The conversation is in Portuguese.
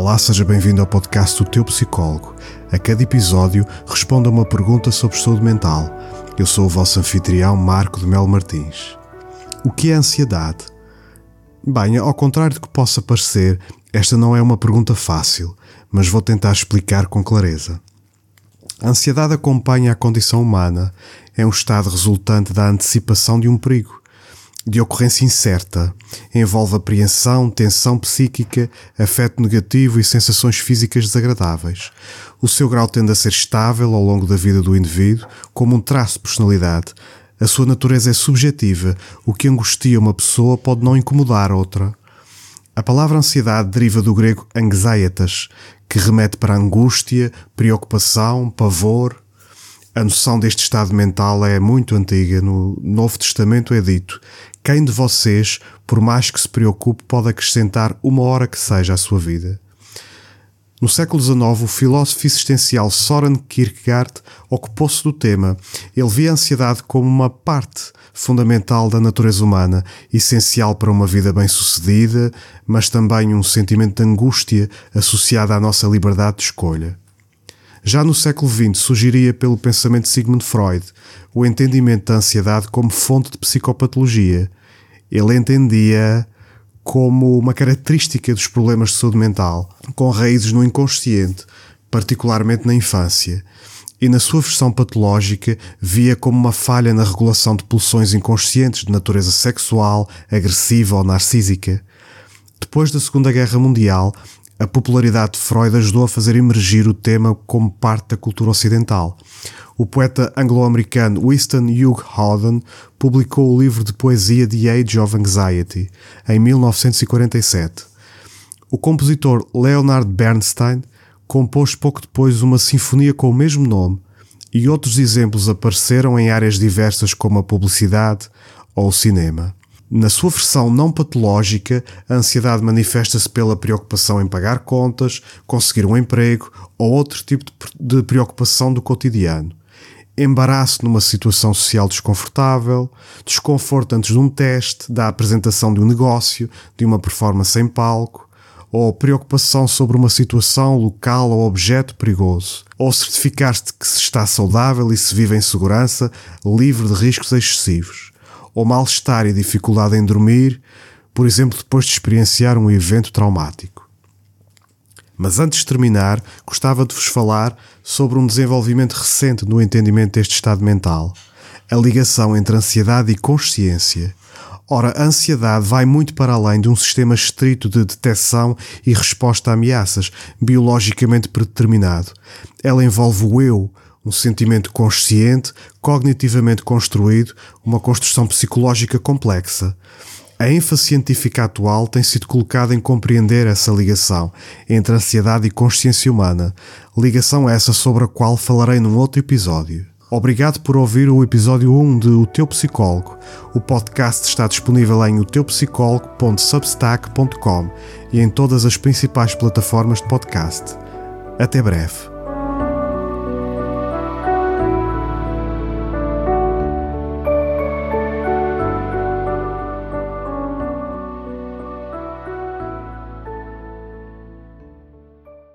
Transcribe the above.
Olá, seja bem-vindo ao podcast do Teu Psicólogo. A cada episódio respondo a uma pergunta sobre saúde mental. Eu sou o vosso anfitrião Marco de Melo Martins. O que é ansiedade? Bem, ao contrário do que possa parecer, esta não é uma pergunta fácil, mas vou tentar explicar com clareza. A ansiedade acompanha a condição humana, é um estado resultante da antecipação de um perigo, de ocorrência incerta, envolve apreensão, tensão psíquica, afeto negativo e sensações físicas desagradáveis. O seu grau tende a ser estável ao longo da vida do indivíduo, como um traço de personalidade. A sua natureza é subjetiva, o que angustia uma pessoa pode não incomodar outra. A palavra ansiedade deriva do grego anxietas, que remete para angústia, preocupação, pavor. A noção deste estado mental é muito antiga. No Novo Testamento é dito: quem de vocês, por mais que se preocupe, pode acrescentar uma hora que seja à sua vida? No século XIX, o filósofo existencial Søren Kierkegaard ocupou-se do tema. Ele via a ansiedade como uma parte fundamental da natureza humana, essencial para uma vida bem-sucedida, mas também um sentimento de angústia associado à nossa liberdade de escolha. Já no século XX surgiria pelo pensamento de Sigmund Freud o entendimento da ansiedade como fonte de psicopatologia. Ele entendia como uma característica dos problemas de saúde mental, com raízes no inconsciente, particularmente na infância, e na sua versão patológica via como uma falha na regulação de pulsões inconscientes de natureza sexual, agressiva ou narcísica. Depois da Segunda Guerra Mundial, a popularidade de Freud ajudou a fazer emergir o tema como parte da cultura ocidental. O poeta anglo-americano Winston Hugh Auden publicou o livro de poesia The Age of Anxiety, em 1947. O compositor Leonard Bernstein compôs pouco depois uma sinfonia com o mesmo nome, e outros exemplos apareceram em áreas diversas como a publicidade ou o cinema. Na sua versão não patológica, a ansiedade manifesta-se pela preocupação em pagar contas, conseguir um emprego ou outro tipo de preocupação do cotidiano. Embaraço numa situação social desconfortável, desconforto antes de um teste, da apresentação de um negócio, de uma performance em palco, ou preocupação sobre uma situação, local ou objeto perigoso, ou certificar-se de que se está saudável e se vive em segurança, livre de riscos excessivos, ou mal-estar e dificuldade em dormir, por exemplo, depois de experienciar um evento traumático. Mas antes de terminar, gostava de vos falar sobre um desenvolvimento recente no entendimento deste estado mental, a ligação entre ansiedade e consciência. Ora, a ansiedade vai muito para além de um sistema estrito de detecção e resposta a ameaças, biologicamente predeterminado. Ela envolve o eu, um sentimento consciente, cognitivamente construído, uma construção psicológica complexa. A ênfase científica atual tem sido colocada em compreender essa ligação entre ansiedade e consciência humana, ligação essa sobre a qual falarei num outro episódio. Obrigado por ouvir o episódio 1 de O Teu Psicólogo. O podcast está disponível em oteupsicologo.substack.com e em todas as principais plataformas de podcast. Até breve.